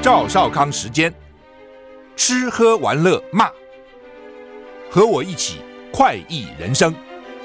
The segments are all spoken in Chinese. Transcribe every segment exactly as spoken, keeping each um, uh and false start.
赵少康时间，吃喝玩乐骂，和我一起快意人生。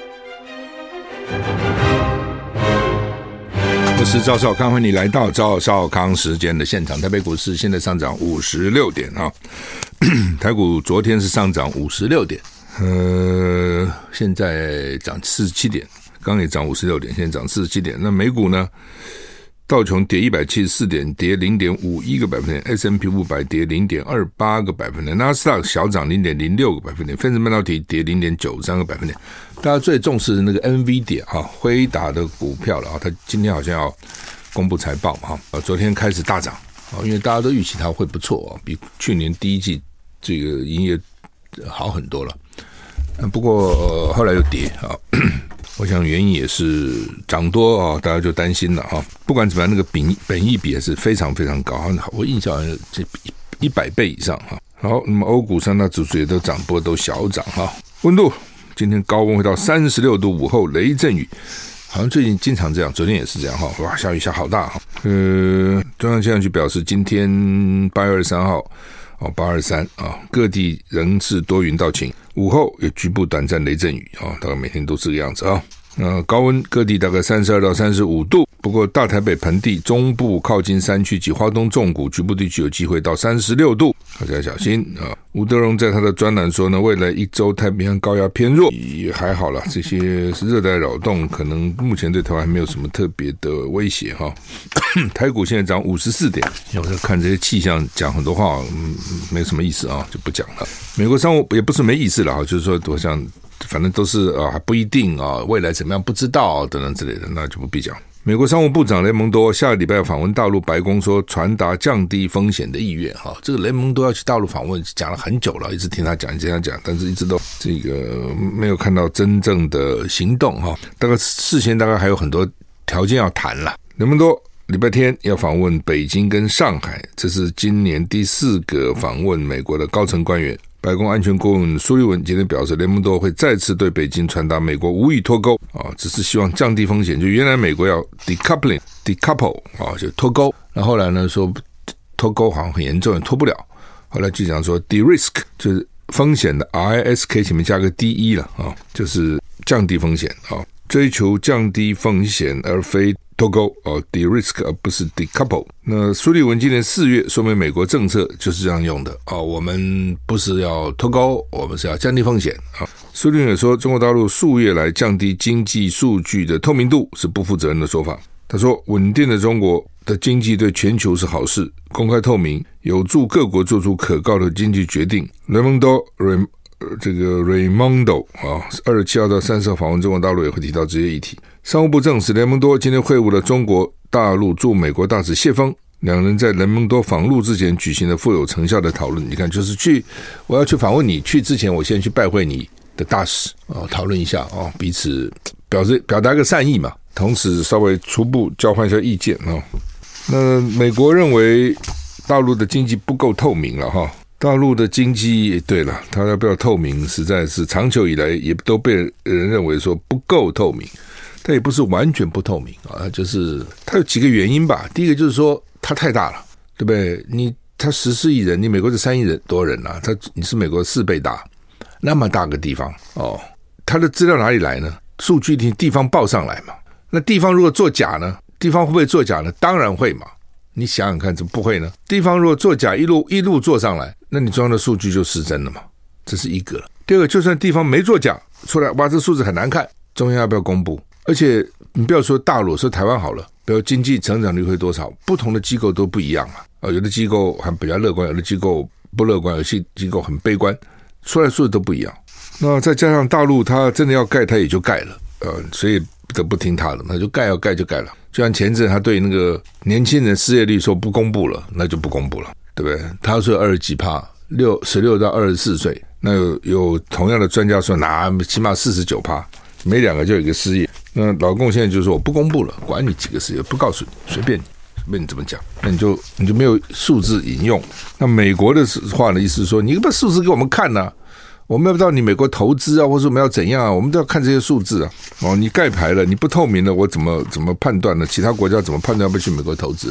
我是赵少康，欢迎你来到赵少康时间的现场。台北股市现在上涨五十六点啊，台股昨天是上涨五十六点，呃，现在涨四十七点，刚刚也涨五十六点，现在涨四十七点。那美股呢？道琼跌一百七十四点，跌 零点五一 个百分点 ，S and P 五百 跌 零点二八 个百分点，纳斯达克小涨 零点零六 个百分点，费城半导体跌 零点九三 个百分点。大家最重视的那个 NVIDIA 啊，辉达的股票了啊，它今天好像要公布财报嘛，啊，昨天开始大涨啊，因为大家都预期它会不错啊，比去年第一季这个营业好很多了。不过、呃、后来又跌啊，我想原因也是涨多啊，大家就担心了啊。不管怎么样，那个本本益比也是非常非常高，我印象这一百倍以上哈。好，那么欧股三大指数也都涨，不过都小涨哈。温度今天高温会到三十六度，午后雷阵雨，好像最近经常这样，昨天也是这样哈，哇，下雨下好大哈。呃，中央气象局表示，今天八月二十三号。哦，八二三啊，各地仍是多云到晴，午后有局部短暂雷阵雨啊，大概每天都这个样子啊。那高温各地大概三十二到三十五度，不过大台北盆地、中部靠近山区及花东纵谷局部地区有机会到三十六度，大家小心啊。吴德荣在他的专栏说呢，未来一周太平洋高压偏弱，也还好啦，这些热带扰动可能目前对台湾没有什么特别的威胁哈。台股现在涨五十四点，有时候看这些气象讲很多话、嗯、没什么意思啊，就不讲了。美国商务也不是没意思了哈，就是说我想反正都是啊还不一定啊，未来怎么样不知道、啊、等等之类的，那就不必讲。美国商务部长雷蒙多下个礼拜要访问大陆，白宫说传达降低风险的意愿哈。这个雷蒙多要去大陆访问，讲了很久了，一直听他讲，这样讲，但是一直都这个没有看到真正的行动哈。大概事先大概还有很多条件要谈了。雷蒙多礼拜天要访问北京跟上海，这是今年第四个访问美国的高层官员。白宫安全顾问苏利文今天表示，雷蒙多会再次对北京传达美国无意脱钩啊，只是希望降低风险。就原来美国要 decoupling decouple 啊，就脱钩，然后后来呢说脱钩好像很严重，也脱不了。后来就讲说 de-risk 就是风险的 R I S K 前面加个 D E 了啊，就是降低风险啊，追求降低风险而非脱钩哦 ，de-risk 而不是 decouple。那苏利文今年四月说明美国政策就是这样用的啊、哦，我们不是要脱钩，我们是要降低风险啊。苏利文也说，中国大陆数月来降低经济数据的透明度是不负责任的说法。他说，稳定的中国的经济对全球是好事，公开透明有助各国做出可靠的经济决定。雷蒙多这个 Raimondo 啊，二十七号到三十号访问中国大陆也会提到这些议题。商务部证实，雷蒙多今天会晤了中国大陆驻美国大使谢峰，两人在雷蒙多访陆之前举行了富有成效的讨论。你看，就是去我要去访问你，去之前我先去拜会你的大使啊，讨论一下啊，彼此表示表达个善意嘛，同时稍微初步交换一下意见啊。那美国认为大陆的经济不够透明了哈。大陆的经济，对了，它要不要透明，实在是长久以来也都被人认为说不够透明。它也不是完全不透明啊，就是它有几个原因吧。第一个就是说它太大了，对不对？你它十四亿人，你美国是三亿人多人啊，它你是美国四倍大，那么大个地方哦，它的资料哪里来呢？数据地方报上来嘛。那地方如果作假呢？地方会不会作假呢？当然会嘛。你想想看，怎么不会呢？地方如果作假一路一路做上来，那你中央的数据就失真了嘛，这是一个了。第二个，就算地方没作假出来，哇，这数字很难看，中央要不要公布？而且你不要说大陆，说台湾好了，比如经济成长率会多少，不同的机构都不一样啊。呃，有的机构还比较乐观，有的机构不乐观，有些机构很悲观，出来数字都不一样。那再加上大陆，它真的要盖，它也就盖了，呃，所以不得不听他的，那就盖要盖就盖了。就像前阵他对那个年轻人失业率说不公布了，那就不公布了，对不对？他说二十几趴，六十六到二十四岁，那有有同样的专家说，哪起码四十九趴，每两个就有一个失业。那老共现在就说我不公布了，管你几个失业，不告诉你，随便你，随便你怎么讲，那你就你就没有数字引用。那美国的话的意思是说，你把数字给我们看啊。我们要不到你美国投资啊，或者我们要怎样啊，我们都要看这些数字啊。哦，你盖牌了，你不透明了，我怎么怎么判断呢？其他国家怎么判断要不要去美国投资呢？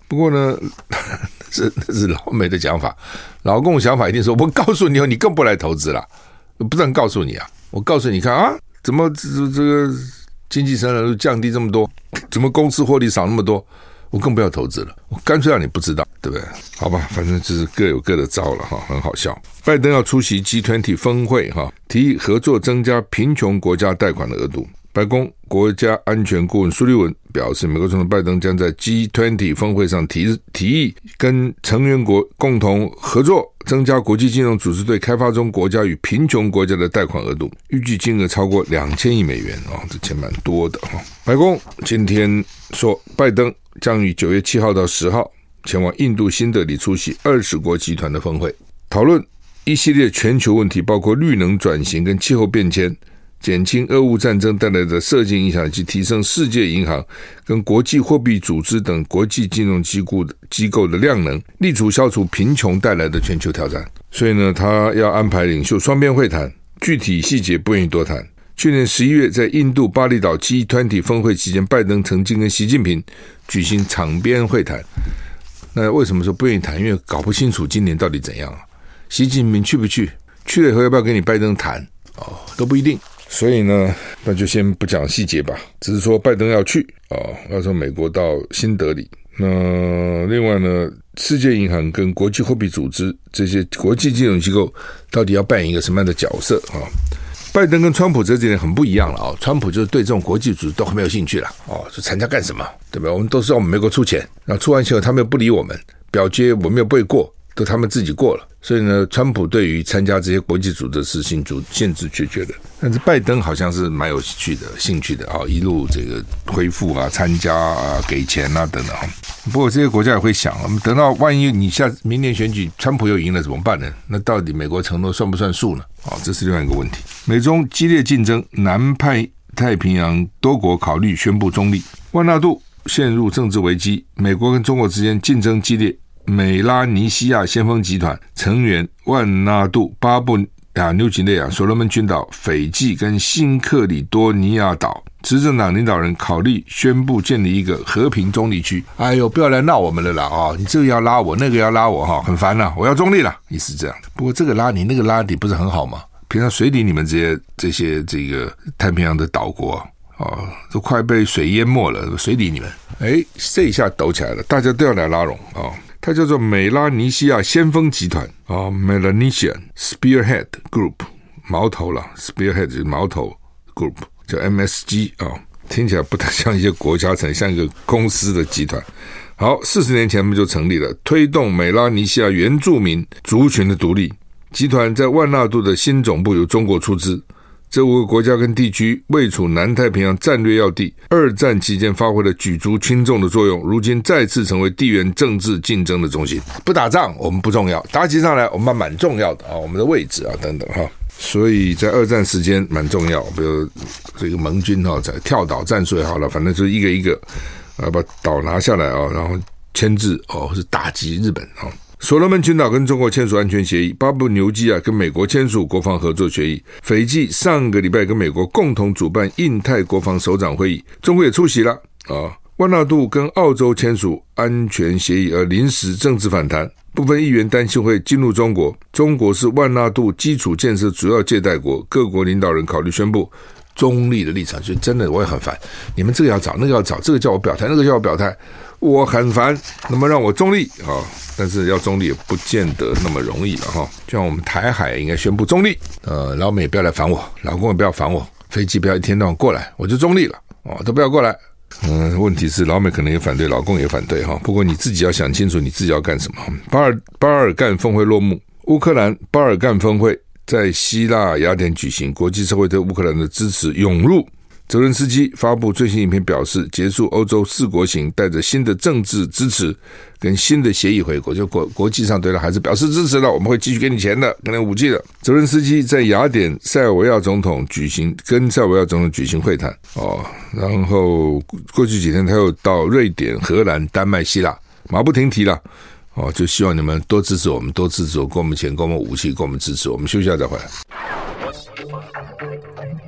不过呢，这是老美的讲法，老共想法一定说，我告诉你，你更不来投资了，不但告诉你啊，我告诉你看啊，怎么这这个经济成长率降低这么多，怎么公司获利少那么多，我更不要投资了，我干脆让你不知道，对不对？好吧，反正就是各有各的招了哈，很好笑。拜登要出席 G 二十 峰会哈，提议合作增加贫穷国家贷款的额度。白宫国家安全顾问苏利文表示，美国总统拜登将在 G 二十 峰会上 提, 提议跟成员国共同合作，增加国际金融组织对开发中国家与贫穷国家的贷款额度，预计金额超过两千亿美元哦，这钱蛮多的哈。白宫今天说，拜登将于九月七号到十号前往印度新德里出席二十国集团的峰会，讨论一系列全球问题，包括绿能转型跟气候变迁，减轻俄乌战争带来的社经影响，以及提升世界银行跟国际货币组织等国际金融机构的机构的量能，力图消除贫穷带来的全球挑战。所以呢，他要安排领袖双边会谈，具体细节不愿意多谈。去年十一月在印度巴厘岛 G 二十 峰会期间，拜登曾经跟习近平举行场边会谈。那为什么说不愿意谈？因为搞不清楚今年到底怎样啊？习近平去不去？去了以后要不要跟你拜登谈？哦，都不一定。所以呢，那就先不讲细节吧，只是说拜登要去哦，要从美国到新德里。那另外呢，世界银行跟国际货币组织这些国际金融机构到底要扮演一个什么样的角色啊？拜登跟川普这几年很不一样了啊、哦，川普就是对这种国际组织都很没有兴趣了哦，就参加干什么？对吧？我们都是让我们美国出钱，然后出完钱后他们又不理我们，表决我们又不会过，都他们自己过了。所以呢，川普对于参加这些国际组织是限制限制决绝的，但是拜登好像是蛮有趣的兴趣的啊、哦，一路这个恢复啊、参加啊、给钱啊等等啊。不过这些国家也会想，我们等到万一你下明年选举川普又赢了怎么办呢？那到底美国承诺算不算数呢？哦，这是另外一个问题。美中激烈竞争，南派太平洋多国考虑宣布中立，万纳度陷入政治危机，美国跟中国之间竞争激烈。美拉尼西亚先锋集团成员万纳度、巴布亚纽几内亚、所罗门群岛、斐济跟新克里多尼亚岛执政党领导人考虑宣布建立一个和平中立区。哎呦，不要来闹我们了啦！哦，你这个要拉我，那个要拉我哈，很烦啦！我要中立了，意思是这样。不过这个拉你，那个拉你，不是很好吗？平常水底你们这些这些这个太平洋的岛国哦，都快被水淹没了，水底你们，哎，这一下抖起来了，大家都要来拉拢啊！哦，它叫做美拉尼西亚先锋集团啊 ，Melanesian Spearhead Group， 矛头了 ，Spearhead 就是矛头 Group， 叫 M S G 啊，听起来不太像一些国家城，像一个公司的集团。好，四十年前他们就成立了，推动美拉尼西亚原住民族群的独立。集团在万纳度的新总部由中国出资。这五个国家跟地区位处南太平洋战略要地，二战期间发挥了举足轻重的作用，如今再次成为地缘政治竞争的中心。不打仗我们不重要，打起仗来我们蛮重要的啊，我们的位置啊等等哈。所以在二战时间蛮重要，比如这个盟军哈，在跳岛战术也好了，反正就是一个一个啊把岛拿下来啊，然后牵制哦是打击日本啊。所罗门群岛跟中国签署安全协议，巴布纽基亚跟美国签署国防合作协议，斐济上个礼拜跟美国共同主办印太国防首长会议，中国也出席了啊。万纳度跟澳洲签署安全协议而临时政治反弹，部分议员担心会进入中国，中国是万纳度基础建设主要借贷国，各国领导人考虑宣布中立的立场。就真的我也很烦，你们这个要找那个要找，这个叫我表态那个叫我表态，我很烦，那么让我中立啊，但是要中立也不见得那么容易了哈。就像我们台海应该宣布中立，呃，老美也不要来烦我，老公也不要烦我，飞机不要一天到晚过来，我就中立了哦，都不要过来。嗯，问题是老美可能也反对，老公也反对哈。不过你自己要想清楚，你自己要干什么。巴尔巴尔干峰会落幕，乌克兰巴尔干峰会在希腊雅典举行，国际社会对乌克兰的支持涌入。泽伦斯基发布最新影片表示，结束欧洲四国行，带着新的政治支持跟新的协议回国，就国国际上对他还是表示支持的，我们会继续给你钱的，给你武器的。泽伦斯基在雅典塞尔维亚总统举行跟塞尔维亚总统举行会谈哦，然后过去几天他又到瑞典、荷兰、丹麦、希腊，马不停蹄了哦，就希望你们多支持我们，多支持我，给我们钱，给我们武器，给我们支持。我们休息一下再回来。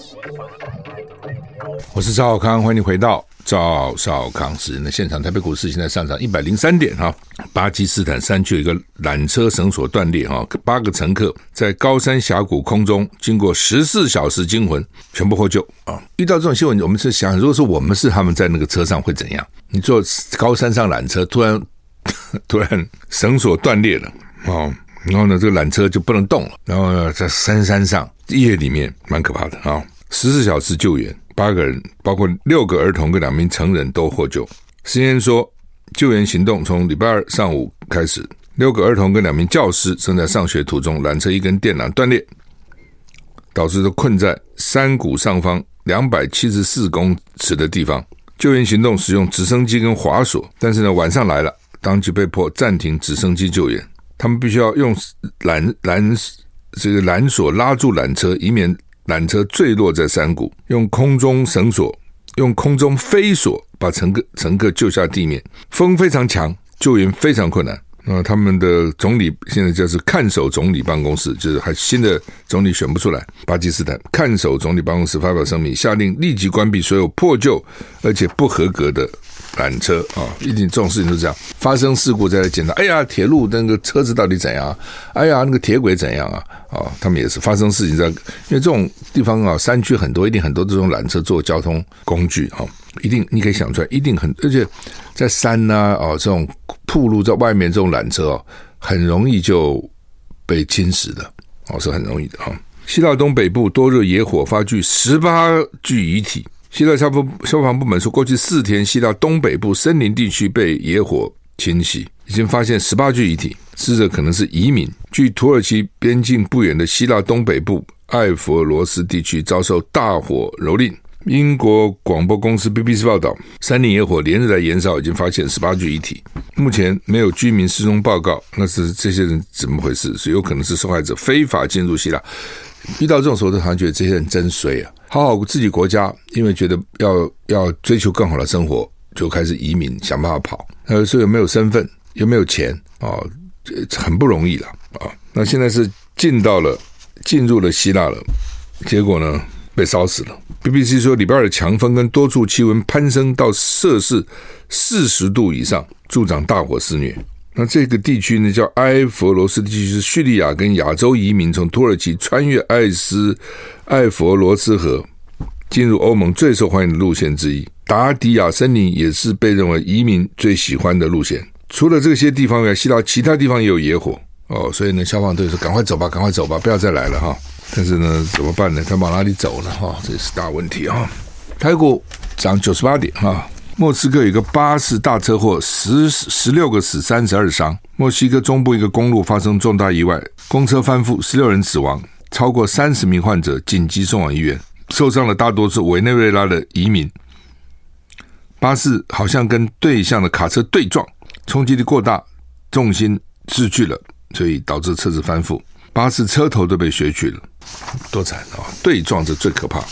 我是赵少康，欢迎回到赵少康时人的现场。台北股市现在上涨一百零三点哈。巴基斯坦山区有一个缆车绳索断裂哈，八个乘客在高山峡谷空中经过十四小时惊魂，全部获救啊！遇到这种新闻，我们是想，如果是我们是他们在那个车上会怎样？你坐高山上缆车，突然突然绳索断裂了哦。然后呢，这个缆车就不能动了。然后呢，在深山上，夜里面蛮可怕的啊！十四小时救援，八个人，包括六个儿童跟两名成人都获救。C N N 说，救援行动从礼拜二上午开始，六个儿童跟两名教师正在上学途中，缆车一根电缆断裂，导致都困在山谷上方两百七十四公尺的地方。救援行动使用直升机跟滑索，但是呢，晚上来了，当局被迫暂停直升机救援。他们必须要用缆缆这个缆索拉住缆车，以免缆车坠落在山谷。用空中绳索，用空中飞索把乘客乘客救下地面。风非常强，救援非常困难。那他们的总理现在就是看守总理办公室，就是还新的总理选不出来。巴基斯坦看守总理办公室发表声明，下令立即关闭所有破旧而且不合格的缆车啊！一定这种事情都是这样，发生事故再来检查。哎呀，铁路那个车子到底怎样啊？哎呀，那个铁轨怎样啊？啊，他们也是发生事情在，因为这种地方啊，山区很多，一定很多这种缆车做交通工具啊，一定你可以想出来，一定很，而且在山呐、啊，哦，这种铺路在外面这种缆车哦，很容易就被侵蚀的，哦，是很容易的啊。希腊东北部多日野火发具十八具遗体。希腊消防部门说，过去四天，希腊东北部森林地区被野火侵袭，已经发现十八具遗体，死者可能是移民。距土耳其边境不远的希腊东北部艾佛罗斯地区遭受大火蹂躏。英国广播公司 B B C 报道，山林野火连日来延烧，已经发现十八具遗体，目前没有居民失踪报告。那是这些人怎么回事？是有可能是受害者非法进入希腊。遇到这种时候，都常常觉得这些人真衰啊！好好自己国家，因为觉得要要追求更好的生活，就开始移民，想办法跑。呃，所以有没有身份，有没有钱啊、哦，很不容易了啊、哦。那现在是进到了进入了希腊了，结果呢被烧死了。B B C 说，礼拜二的强风跟多处气温攀升到摄氏四十度以上，助长大火肆虐。那这个地区呢叫埃佛罗斯地区，是叙利亚跟亚洲移民从土耳其穿越艾斯埃佛罗斯河进入欧盟最受欢迎的路线之一。达迪亚森林也是被认为移民最喜欢的路线。除了这些地方外，希腊其他地方也有野火哦，所以呢，消防队说赶快走吧，赶快走吧，不要再来了哈。但是呢，怎么办呢？他往哪里走呢？哈，这是大问题哈。台股涨九十八点哈。莫斯科有一个巴士大车祸，十十六个死，三十二伤。墨西哥中部一个公路发生重大意外，公车翻覆，十六人死亡，超过三十名患者紧急送往医院。受伤的大多是委内瑞拉的移民。巴士好像跟对向的卡车对撞，冲击力过大，重心失去了，所以导致车子翻覆。巴士车头都被削去了，多惨啊！对撞这最可怕。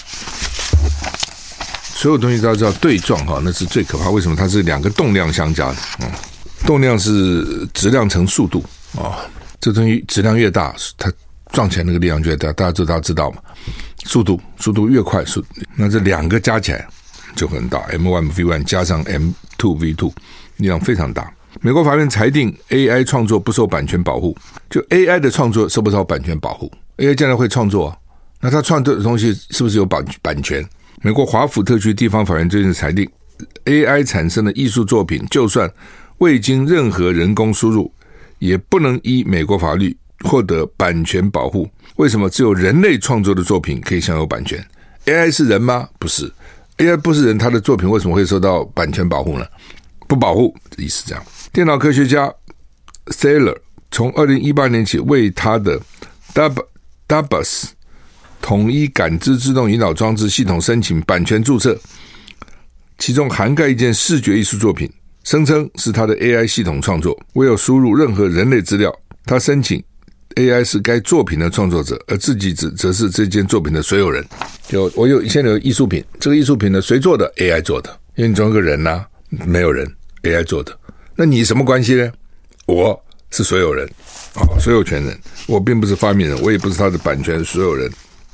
所有东西都要知道对撞哈，那是最可怕。为什么？它是两个动量相加的，嗯，动量是质量乘速度啊、哦。这东西质量越大，它撞起来那个力量就越大，大家都大家知道嘛。速度速度越快，速那这两个加起来就很大 ，M 一 V 一 加上 M 二 V 二，力量非常大。美国法院裁定 A I 创作不受版权保护，就 A I 的创作受不受版权保护 ？A I 将来会创作，那它创作的东西是不是有版版权？美国华府特区地方法院最近裁定 A I 产生的艺术作品，就算未经任何人工输入，也不能依美国法律获得版权保护。为什么只有人类创作的作品可以享有版权？ A I 是人吗？不是。 A I 不是人，他的作品为什么会受到版权保护呢？不保护，意思这样。电脑科学家 Thaler 从二零一八年起为他的 Dabas统一感知自动引导装置系统申请版权注册，其中涵盖一件视觉艺术作品，声称是他的 A I 系统创作，未有输入任何人类资料。他申请 A I 是该作品的创作者，而自己则是这件作品的所有人。就我有现在有艺术品，这个艺术品呢谁做的？ A I 做的，因为你总有个人啊，没有人 A I 做的，那你什么关系呢？我是所有人、哦、所有权人，我并不是发明人，我也不是他的版权所有人，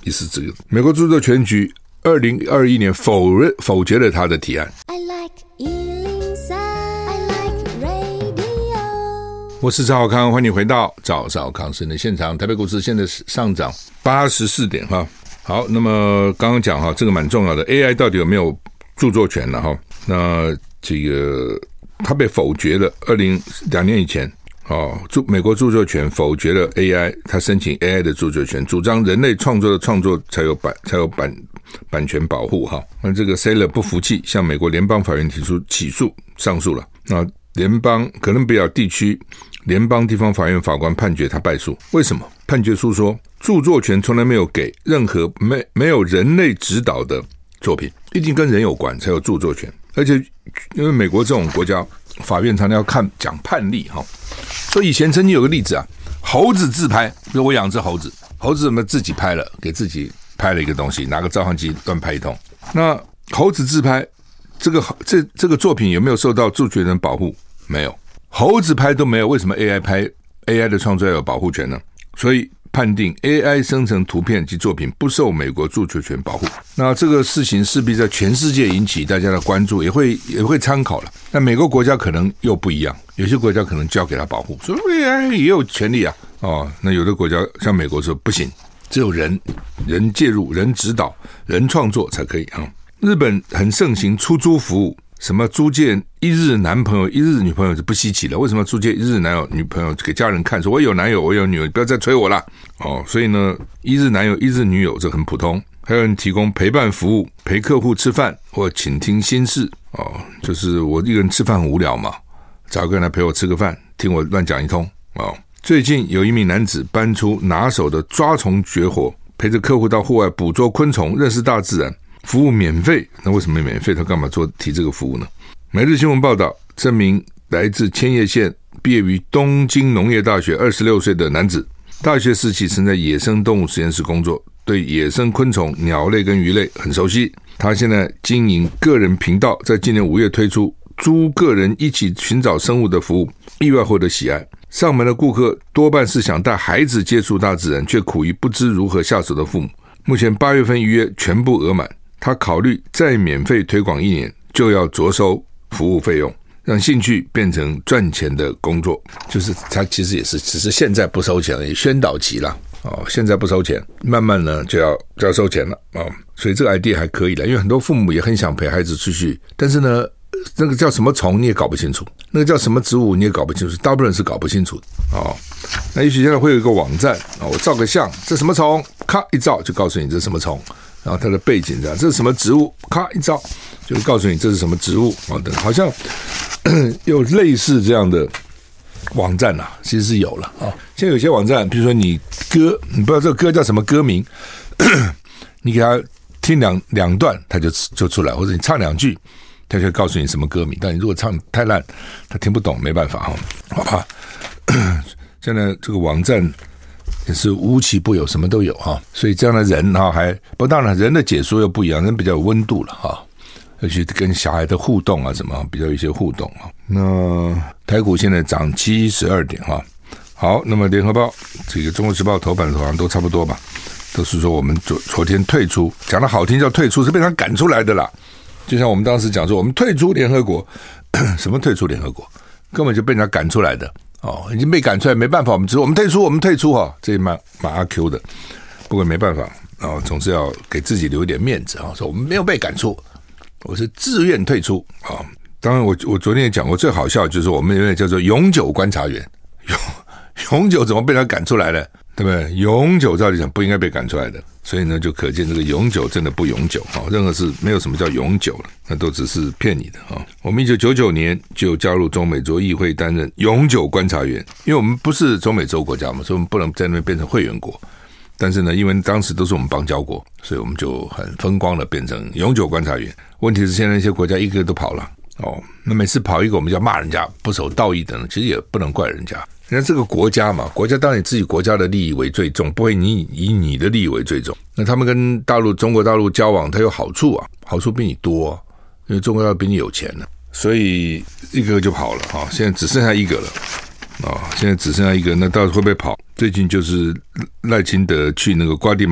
意思这个。美国著作权局二零二一年否认否决了他的提案。I like 一零三 I like radio。我是赵少康，欢迎回到赵少康时的现场。台北股市现在上涨八十四点哈。好，那么刚刚讲哈，这个蛮重要的 ，A I 到底有没有著作权了哈？那这个他被否决了，二零两年以前。哦，美国著作权否决了 A I， 他申请 A I 的著作权，主张人类创作的创作才有版才有版版权保护哈。那这个 Saylor 不服气，向美国联邦法院提出起诉上诉了。那联邦哥伦比亚地区联邦地方法院法官判决他败诉，为什么？判决书说，著作权从来没有给任何没没有人类指导的作品，一定跟人有关才有著作权。而且因为美国这种国家，法院常常要看讲判例哈。所以以前曾经有个例子啊，猴子自拍，比如我养只猴子，猴子怎么自己拍了，给自己拍了一个东西，拿个照相机乱拍一通。那猴子自拍，这个这这个作品有没有受到著作权人保护？没有，猴子拍都没有，为什么 A I 拍 A I 的创作要有保护权呢？所以判定 A I 生成图片及作品不受美国著作权保护。那这个事情势必在全世界引起大家的关注，也会也会参考了。那每个国家可能又不一样，有些国家可能交给他保护，所以 A I 也有权利啊。哦，那有的国家像美国说不行，只有人人介入、人指导、人创作才可以啊。日本很盛行出租服务。什么租借一日男朋友一日女朋友就不稀奇了，为什么租借一日男友女朋友给家人看，说我有男友我有女友，不要再催我了哦。所以呢，一日男友一日女友这很普通。还有人提供陪伴服务，陪客户吃饭或倾听心事哦，就是我一个人吃饭很无聊嘛，找一个人来陪我吃个饭，听我乱讲一通哦。最近有一名男子搬出拿手的抓虫绝活，陪着客户到户外捕捉昆虫，认识大自然。服务免费，那为什么免费？他干嘛做提这个服务呢？每日新闻报道，这名来自千叶县、毕业于东京农业大学二十六岁的男子，大学时期曾在野生动物实验室工作，对野生昆虫、鸟类跟鱼类很熟悉。他现在经营个人频道，在今年五月推出租个人一起寻找生物的服务，意外获得喜爱。上门的顾客多半是想带孩子接触大自然，却苦于不知如何下手的父母。目前八月份预约全部额满。他考虑再免费推广一年，就要着收服务费用，让兴趣变成赚钱的工作。就是他其实也是，只是现在不收钱而已，宣导期了哦，现在不收钱，慢慢呢就要就要收钱了哦。所以这个 idea 还可以了，因为很多父母也很想陪孩子出去，但是呢，那个叫什么虫你也搞不清楚，那个叫什么植物你也搞不清楚，大部分人是搞不清楚的哦。那也许现在会有一个网站哦，我照个相，这什么虫，咔一照就告诉你这是什么虫。然后它的背景这样，这是什么植物？咔一照，就会告诉你这是什么植物啊？等，好像有类似这样的网站啊，其实是有了啊。现在有些网站，比如说你歌，你不知道这个歌叫什么歌名，你给他听两两段，他就就出来，或者你唱两句，他就会告诉你什么歌名。但你如果唱太烂，他听不懂，没办法哈，好吧？现在这个网站。也是无奇不有，什么都有哈，所以这样的人哈，还不当然人的解说又不一样，人比较有温度了哈，而且跟小孩的互动啊什么比较有一些互动啊。那台股现在涨七十二点哈，好，那么联合报这个中国时报头版好像都差不多吧，都是说我们昨昨天退出，讲的好听叫退出，是被他赶出来的啦。就像我们当时讲说，我们退出联合国，什么退出联合国，根本就被人家赶出来的。哦，已经被赶出来，没办法，我们只我们退出，我们退出哈，这蛮蛮阿 Q 的，不过没办法啊，总是要给自己留一点面子啊，说我们没有被赶出，我是自愿退出啊。当然我，我我昨天也讲过，最好笑就是我们有点叫做永久观察员，永永久怎么被他赶出来了？对不对？永久照理讲不应该被赶出来的，所以呢，就可见这个永久真的不永久啊！任何事没有什么叫永久了，那都只是骗你的啊！我们一九九九年就加入中美洲议会担任永久观察员，因为我们不是中美洲国家嘛，所以我们不能在那边变成会员国。但是呢，因为当时都是我们邦交国，所以我们就很风光的变成永久观察员。问题是现在那些国家一个都跑了哦，那每次跑一个我们就要骂人家不守道义的呢，其实也不能怪人家。人家这个国家嘛，国家当然以自己国家的利益为最重，不会你以你的利益为最重。那他们跟大陆中国大陆交往，它有好处啊，好处比你多啊，因为中国大陆比你有钱呢，所以一个就跑了啊，现在只剩下一个了啊，现在只剩下一个，那到底会不会跑？最近就是赖清德去那个瓜地马拉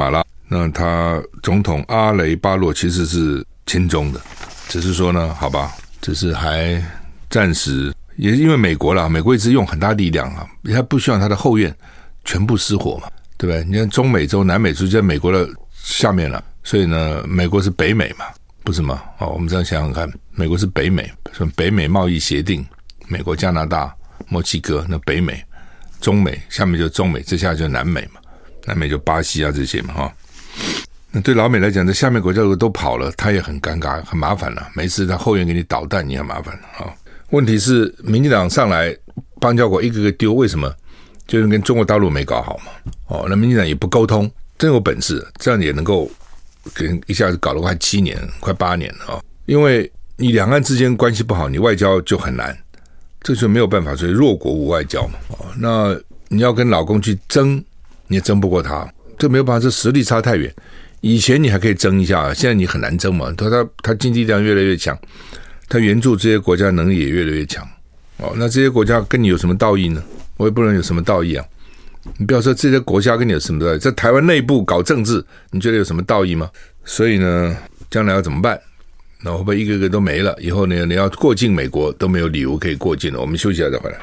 那他总统阿雷巴洛其实是亲中的，只是说呢，好吧，只是还暂时，也因为美国啦，美国一直用很大力量啊，他不希望他的后院全部失火嘛，对不对？你看中美洲、南美洲就在美国的下面了，所以呢，美国是北美嘛，不是吗？哦，我们这样想想看，美国是北美，说北美贸易协定，美国、加拿大、墨西哥，那北美、中美，下面就中美，这下就南美嘛，南美就巴西啊这些嘛，哈、哦。那对老美来讲，这下面国家如果都跑了，他也很尴尬，很麻烦了。每次他后援给你导弹，你很麻烦啊、哦。问题是，民进党上来邦交国一个个丢，为什么？就是跟中国大陆没搞好嘛。哦，那民进党也不沟通，真有本事，这样也能够跟一下子搞了快七年、快八年了啊、哦。因为你两岸之间关系不好，你外交就很难，这就没有办法，所以弱国无外交嘛。哦，那你要跟老公去争，你也争不过他，这没有办法，这实力差太远。以前你还可以争一下，现在你很难争嘛。他他他经济量越来越强，他援助这些国家能力也越来越强。哦，那这些国家跟你有什么道义呢？我也不能有什么道义啊。你不要说这些国家跟你有什么道义，在台湾内部搞政治，你觉得有什么道义吗？所以呢，将来要怎么办？那会不会一个个都没了？以后呢，你要过境美国都没有理由可以过境了。我们休息一下再回来。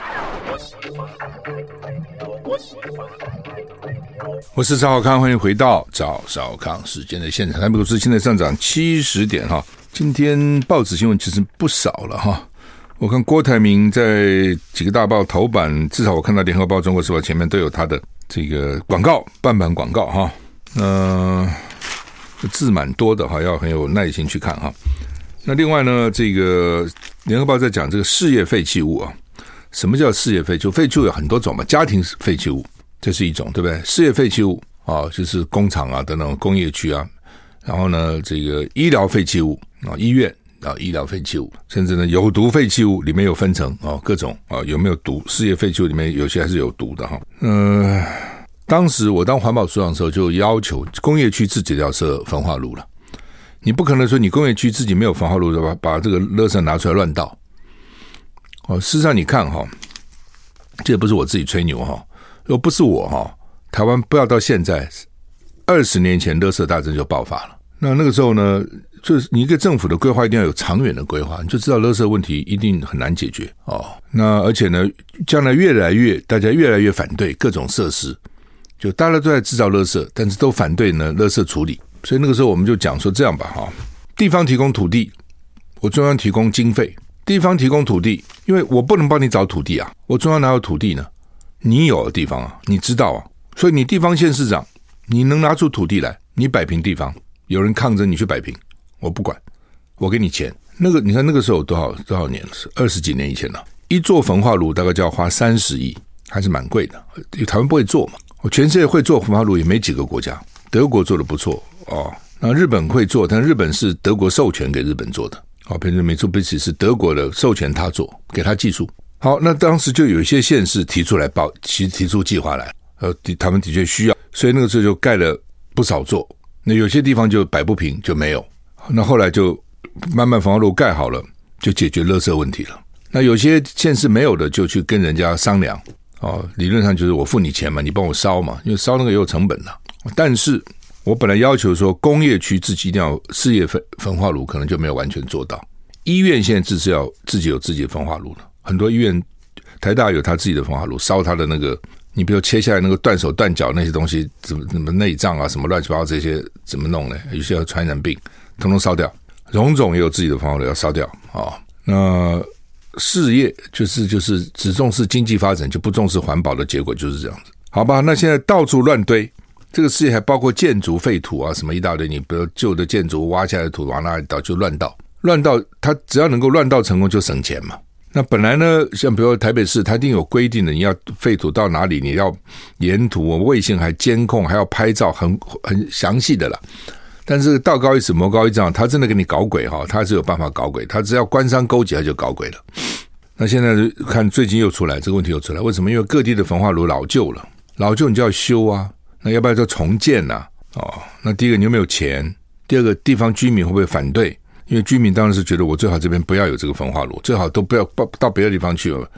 我是赵少康，欢迎回到赵少康时间的现场。台北股市现在上涨七十点哈，今天报纸新闻其实不少了哈。我看郭台铭在几个大报头版，至少我看到联合报、中国时报前面都有他的这个广告，半版广告哈。呃，字蛮多的哈，要很有耐心去看哈。那另外呢，这个联合报在讲这个事业废弃物啊，什么叫事业废弃物？废弃物有很多种嘛，家庭废弃物。这是一种，对不对？事业废弃物啊，就是工厂啊等等工业区啊，然后呢，这个医疗废弃物啊，医院啊，医疗废弃物，甚至呢有毒废弃物里面有分层啊，各种啊有没有毒？事业废弃物里面有些还是有毒的哈。呃，当时我当环保署长的时候，就要求工业区自己要设焚化炉了。你不可能说你工业区自己没有焚化炉的话，把这个垃圾拿出来乱倒。哦，事实上你看哈，这也不是我自己吹牛哈。如果不是我哈，台湾不要到现在二十年前垃圾大战就爆发了。那那个时候呢，就是你一个政府的规划一定要有长远的规划，你就知道垃圾问题一定很难解决哦。那而且呢，将来越来越大家越来越反对各种设施，就大家都在制造垃圾，但是都反对呢垃圾处理。所以那个时候我们就讲说这样吧哈，地方提供土地，我中央提供经费。地方提供土地，因为我不能帮你找土地啊，我中央哪有土地呢？你有的地方啊，你知道啊，所以你地方县市长，你能拿出土地来，你摆平地方，有人抗争你去摆平，我不管，我给你钱。那个你看那个时候多少多少年了，是二十几年以前了。一座焚化炉大概就要花三十亿，还是蛮贵的。因为台湾不会做嘛，我全世界会做焚化炉也没几个国家，德国做的不错哦，那日本会做，但日本是德国授权给日本做的。好，比如美珠比奇是德国的授权他做，给他技术。好，那当时就有一些县市提出来报，其实提出计划来，呃，他们的确需要，所以那个时候就盖了不少座。那有些地方就摆不平，就没有。那后来就慢慢焚化炉盖好了，就解决垃圾问题了。那有些县市没有的，就去跟人家商量。哦，理论上就是我付你钱嘛，你帮我烧嘛，因为烧那个也有成本的。但是我本来要求说工业区自己一定要事业焚化炉，可能就没有完全做到。医院现在自己要自己有自己的焚化炉了。很多医院，台大有他自己的焚化炉，烧他的那个，你比如切下来那个断手断脚那些东西，怎么怎么内脏啊，什么乱七八糟这些怎么弄呢？有些要传染病，统统烧掉。荣总也有自己的焚化炉要烧掉啊、哦。那事业就是就是只重视经济发展，就不重视环保的结果就是这样子，好吧？那现在到处乱堆，这个事业还包括建筑废土啊，什么一大堆，你比如旧的建筑挖下来的土往哪里倒就乱倒，乱倒它只要能够乱倒成功就省钱嘛。那本来呢，像比如说台北市，它一定有规定的，你要废土到哪里，你要沿途卫星还监控，还要拍照，很很详细的啦。但是道高一尺，魔高一丈，他真的给你搞鬼哈，他是有办法搞鬼，他只要官商勾结他就搞鬼了。那现在看最近又出来这个问题又出来，为什么？因为各地的焚化炉老旧了，老旧你就要修啊，那要不要就重建啊？哦，那第一个你有没有钱？第二个地方居民会不会反对？因为居民当然是觉得我最好这边不要有这个焚化炉，最好都不要到别的地方去了，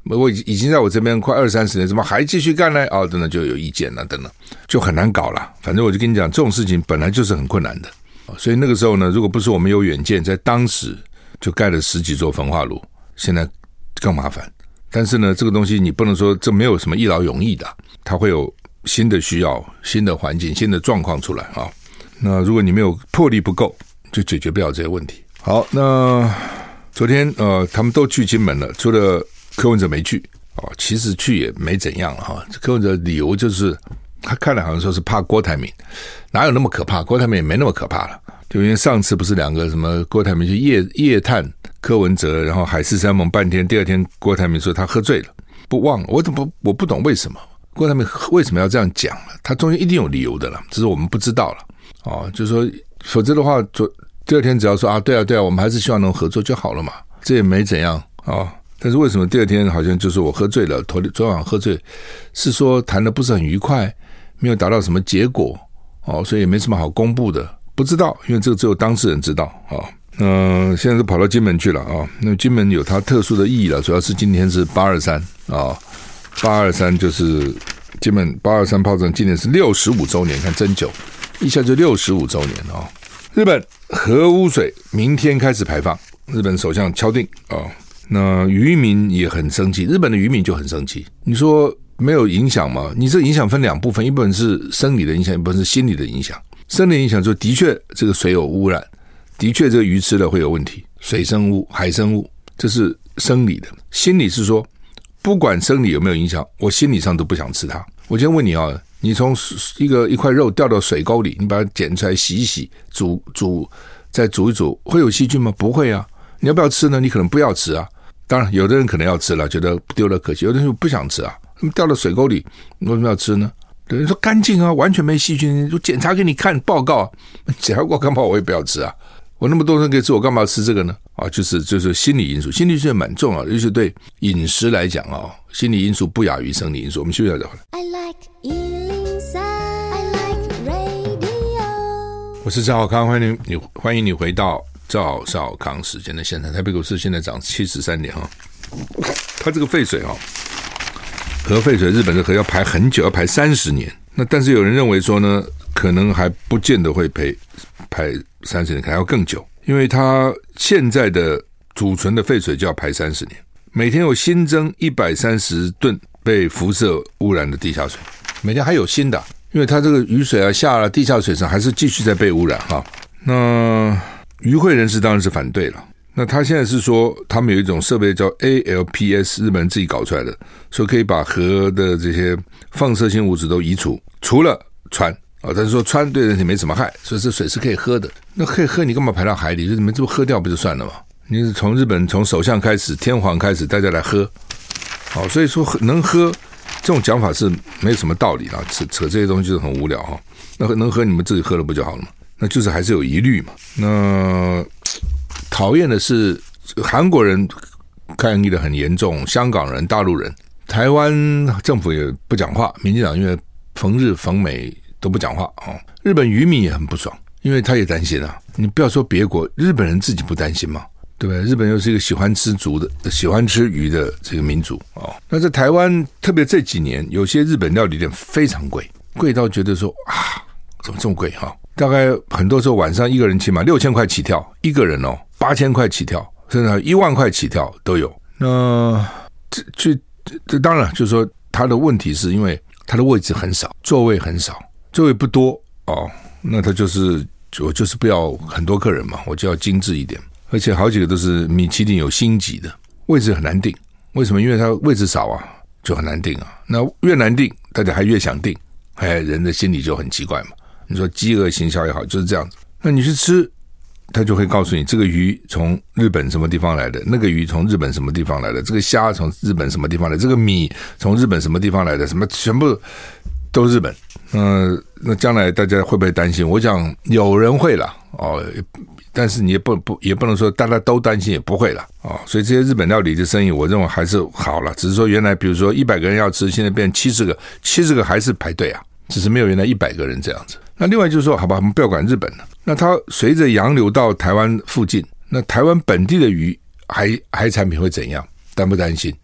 我已经在我这边快二三十年，怎么还继续干呢？哦，等等就有意见了，等等就很难搞了。反正我就跟你讲，这种事情本来就是很困难的，所以那个时候呢，如果不是我们有远见，在当时就盖了十几座焚化炉，现在更麻烦。但是呢，这个东西你不能说这没有什么一劳永逸的，它会有新的需要、新的环境、新的状况出来啊。那如果你没有魄力不够，就解决不了这些问题。好，那昨天呃，他们都去金门了，除了柯文哲没去哦，其实去也没怎样了哈。柯文哲理由就是他看了好像说是怕郭台铭，哪有那么可怕？郭台铭也没那么可怕了。就因为上次不是两个什么郭台铭去夜夜探柯文哲，然后海誓山盟半天，第二天郭台铭说他喝醉了，不忘了。我怎么我不懂为什么郭台铭为什么要这样讲了？他中间一定有理由的了，只是我们不知道了哦。就是说，否则的话，第二天只要说啊，对啊对啊，我们还是希望能合作就好了嘛，这也没怎样啊。哦，但是为什么第二天好像就是我喝醉了，昨昨晚喝醉，是说谈的不是很愉快，没有达到什么结果哦，所以也没什么好公布的。不知道，因为这个只有当事人知道啊。嗯、呃，现在都跑到金门去了啊。那金门有它特殊的意义了，主要是今天是八二三啊，八二三就是金门八二三炮战，今年是六十五周年，看真久，一下就六十五周年啊。日本核污水明天开始排放，日本首相敲定啊。那渔民也很生气，日本的渔民就很生气。你说没有影响吗？你这影响分两部分，一部分是生理的影响，一部分是心理的影响。生理影响就的确这个水有污染，的确这个鱼吃了会有问题，水生物、海生物，这是生理的。心理是说，不管生理有没有影响，我心理上都不想吃它。我今天问你啊，你从一个一块肉掉到水沟里，你把它捡出来洗一洗，煮煮再煮一煮，会有细菌吗？不会啊。你要不要吃呢？你可能不要吃啊。当然，有的人可能要吃了，觉得丢了可惜；有的人不想吃啊。掉到水沟里，为什么要吃呢？有人说干净啊，完全没细菌，就检查给你看报告啊，检查过干嘛我也不要吃啊，我那么多人可以吃，我干嘛要吃这个呢？啊，就是就是心理因素，心理因素蛮重要的，尤其对饮食来讲啊，心理因素不亚于生理因素。我们休息一下再回来。I like 一零三 I like radio。我是赵少康，欢迎你，欢迎你回到赵少康时间的现场。台北股市现在涨七十三点哈，它这个废水哈。核废水，日本的核要排很久，要排三十年。那但是有人认为说呢，可能还不见得会排排三十年，可能要更久，因为它现在的储存的废水就要排三十年，每天有新增一百三十吨被辐射污染的地下水，每天还有新的，因为它这个雨水啊下了地下水上还是继续在被污染哈。那渔会人士当然是反对了。那他现在是说，他们有一种设备叫 A L P S， 日本人自己搞出来的，说可以把核的这些放射性物质都移除，除了氚啊，但是说氚对人体没什么害，所以这水是可以喝的。那可以喝，你干嘛排到海里？就你们这不喝掉不就算了吗？你是从日本从首相开始，天皇开始，大家来喝，好，所以说能喝这种讲法是没什么道理啦，扯扯这些东西就很无聊哈。那能喝你们自己喝了不就好了吗？那就是还是有疑虑嘛。那讨厌的是韩国人抗议的很严重，香港人、大陆人，台湾政府也不讲话，民进党因为逢日逢美都不讲话啊。日本渔民也很不爽，因为他也担心啊。你不要说别国，日本人自己不担心吗？对不对？日本又是一个喜欢吃竹的、喜欢吃鱼的这个民族哦。那在台湾，特别这几年，有些日本料理店非常贵，贵到觉得说啊，怎么这么贵哈？大概很多时候晚上一个人起码六千块起跳，一个人哦八千块起跳，甚至一万块起跳都有。那这这这当然就是说，他的问题是因为他的位置很少，座位很少，座位不多哦。那他就是我就是不要很多客人嘛，我就要精致一点，而且好几个都是米其林有星级的，位置很难定。为什么？因为他位置少啊，就很难定啊。那越难定，大家还越想定，哎，人的心理就很奇怪嘛。你说饥饿行销也好，就是这样子。那你去吃，他就会告诉你这个鱼从日本什么地方来的，那个鱼从日本什么地方来的，这个虾从日本什么地方来的，这个米从日本什么地方来的，什么全部都日本。呃，那将来大家会不会担心？我想有人会啦，哦，但是你也不不也不能说大家都担心，也不会啦，哦，所以这些日本料理的生意，我认为还是好了。只是说原来比如说一百个人要吃，现在变七十个，七十个还是排队啊，只是没有原来一百个人这样子。那另外就是说，好吧，我们不要管日本了。那它随着洋流到台湾附近，那台湾本地的鱼海海产品会怎样？担不担心？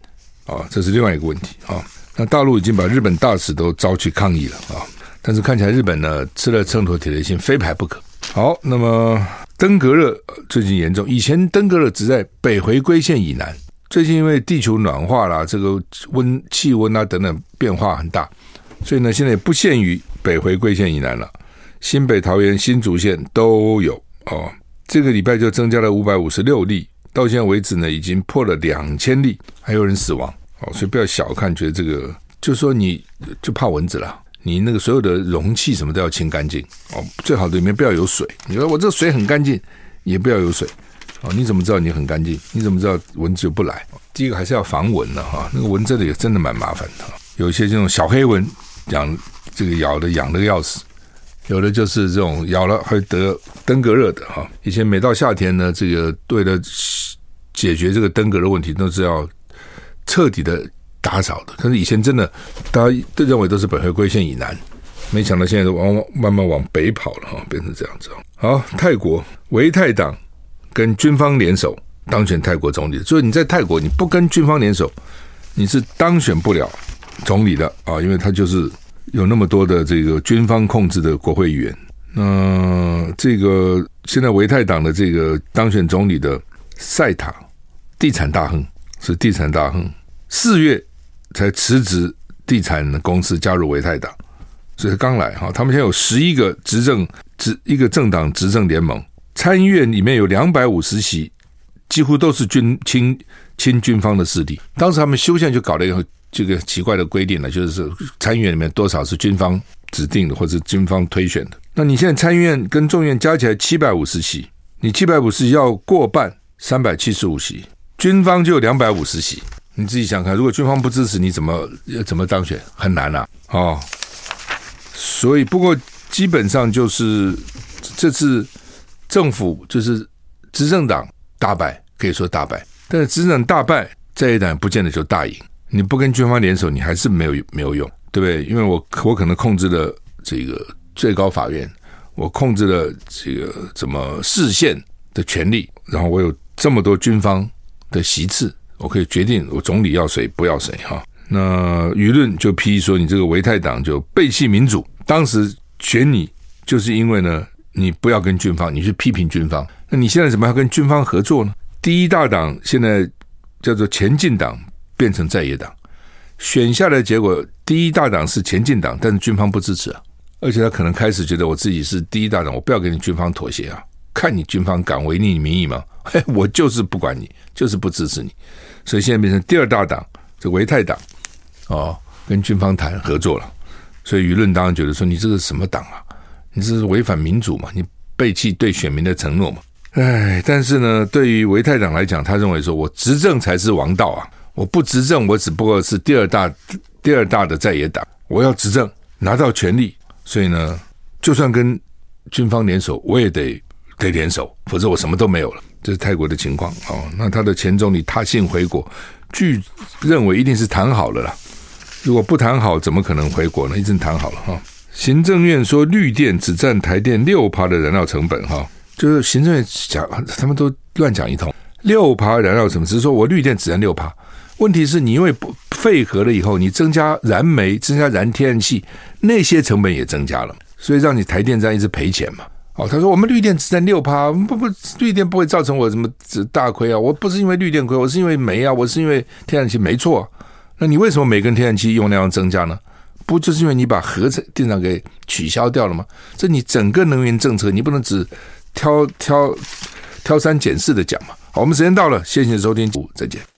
啊，这是另外一个问题啊。那大陆已经把日本大使都招去抗议了啊，但是看起来日本呢吃了秤砣铁了心，非排不可。好，那么登革热最近严重，以前登革热只在北回归线以南，最近因为地球暖化啦，这个温气温啊等等变化很大，所以呢现在也不限于北回归线以南了，新北、桃园、新竹县都有哦。这个礼拜就增加了五百五十六例，到现在为止呢已经破了两千例，还有人死亡哦，所以不要小看，觉得这个就说你就怕蚊子啦。你那个所有的容器什么都要清干净哦，最好的里面不要有水。你说我这水很干净，也不要有水哦。你怎么知道你很干净？你怎么知道蚊子就不来？第一个还是要防蚊了哈，那个蚊真的也真的蛮麻烦的。有一些这种小黑蚊，养这个咬的痒的要死，有的就是这种咬了会得登革热的哈。以前每到夏天呢，这个为了解决这个登革热问题，都是要彻底的打扫的，可是以前真的大家都认为都是北回归线以南，没想到现在都往慢慢往北跑了哈，变成这样子。好，泰国维泰党跟军方联手当选泰国总理，所以你在泰国你不跟军方联手，你是当选不了总理的啊，因为他就是有那么多的这个军方控制的国会议员。那这个现在维泰党的这个当选总理的塞塔地产大亨是地产大亨，四月才辞职地产公司加入维泰党，所以刚来哈。他们现在有十一个执政执一个政党执政联盟，参议院里面有两百五十席，几乎都是军亲亲军方的势力。当时他们修宪就搞了一个这个奇怪的规定了，就是参议院里面多少是军方指定的或者军方推选的。那你现在参议院跟众院加起来七百五十席，你七百五十席要过半，三百七十五席，军方就有两百五十席。你自己想看，如果军方不支持，你怎么怎么当选？很难啊！哦，所以不过基本上就是这次政府就是执政党大败，可以说大败。但是执政党大败，在野党不见得就大赢。你不跟军方联手，你还是没有没有用，对不对？因为我我可能控制了这个最高法院，我控制了这个怎么释宪的权利，然后我有这么多军方的席次。我可以决定我总理要谁不要谁哈。那舆论就批说你这个维泰党就背弃民主，当时选你就是因为呢你不要跟军方，你去批评军方，那你现在怎么要跟军方合作呢？第一大党现在叫做前进党变成在野党，选下来的结果第一大党是前进党，但是军方不支持啊，而且他可能开始觉得我自己是第一大党，我不要跟你军方妥协啊，看你军方敢违逆民意吗？嘿，我就是不管你，就是不支持你，所以现在变成第二大党，这维泰党哦，跟军方谈合作了，所以舆论当然觉得说你这个什么党啊？你这是违反民主嘛？你背弃对选民的承诺嘛？哎，但是呢，对于维泰党来讲，他认为说我执政才是王道啊，我不执政，我只不过是第二大第二大的在野党，我要执政拿到权力，所以呢，就算跟军方联手，我也得得联手，否则我什么都没有了。这是泰国的情况哦。那他的前总理他信回国，据认为一定是谈好了啦。如果不谈好，怎么可能回国呢？一定谈好了哈。行政院说绿电只占台电 百分之六 的燃料成本哈，就是行政院讲他们都乱讲一通， 百分之六 燃料成本，只是说我绿电只占 百分之六， 问题是你因为废核了以后，你增加燃煤，增加燃天然气，那些成本也增加了，所以让你台电站一直赔钱嘛。哦，他说我们绿电只占 百分之六， 不不，绿电不会造成我什么大亏啊，我不是因为绿电亏，我是因为煤啊，我是因为天然气，没错啊。那你为什么煤跟天然气用量增加呢？不就是因为你把核电厂给取消掉了吗？这你整个能源政策你不能只挑挑挑三拣四的讲嘛。好，我们时间到了，谢谢收听，再见。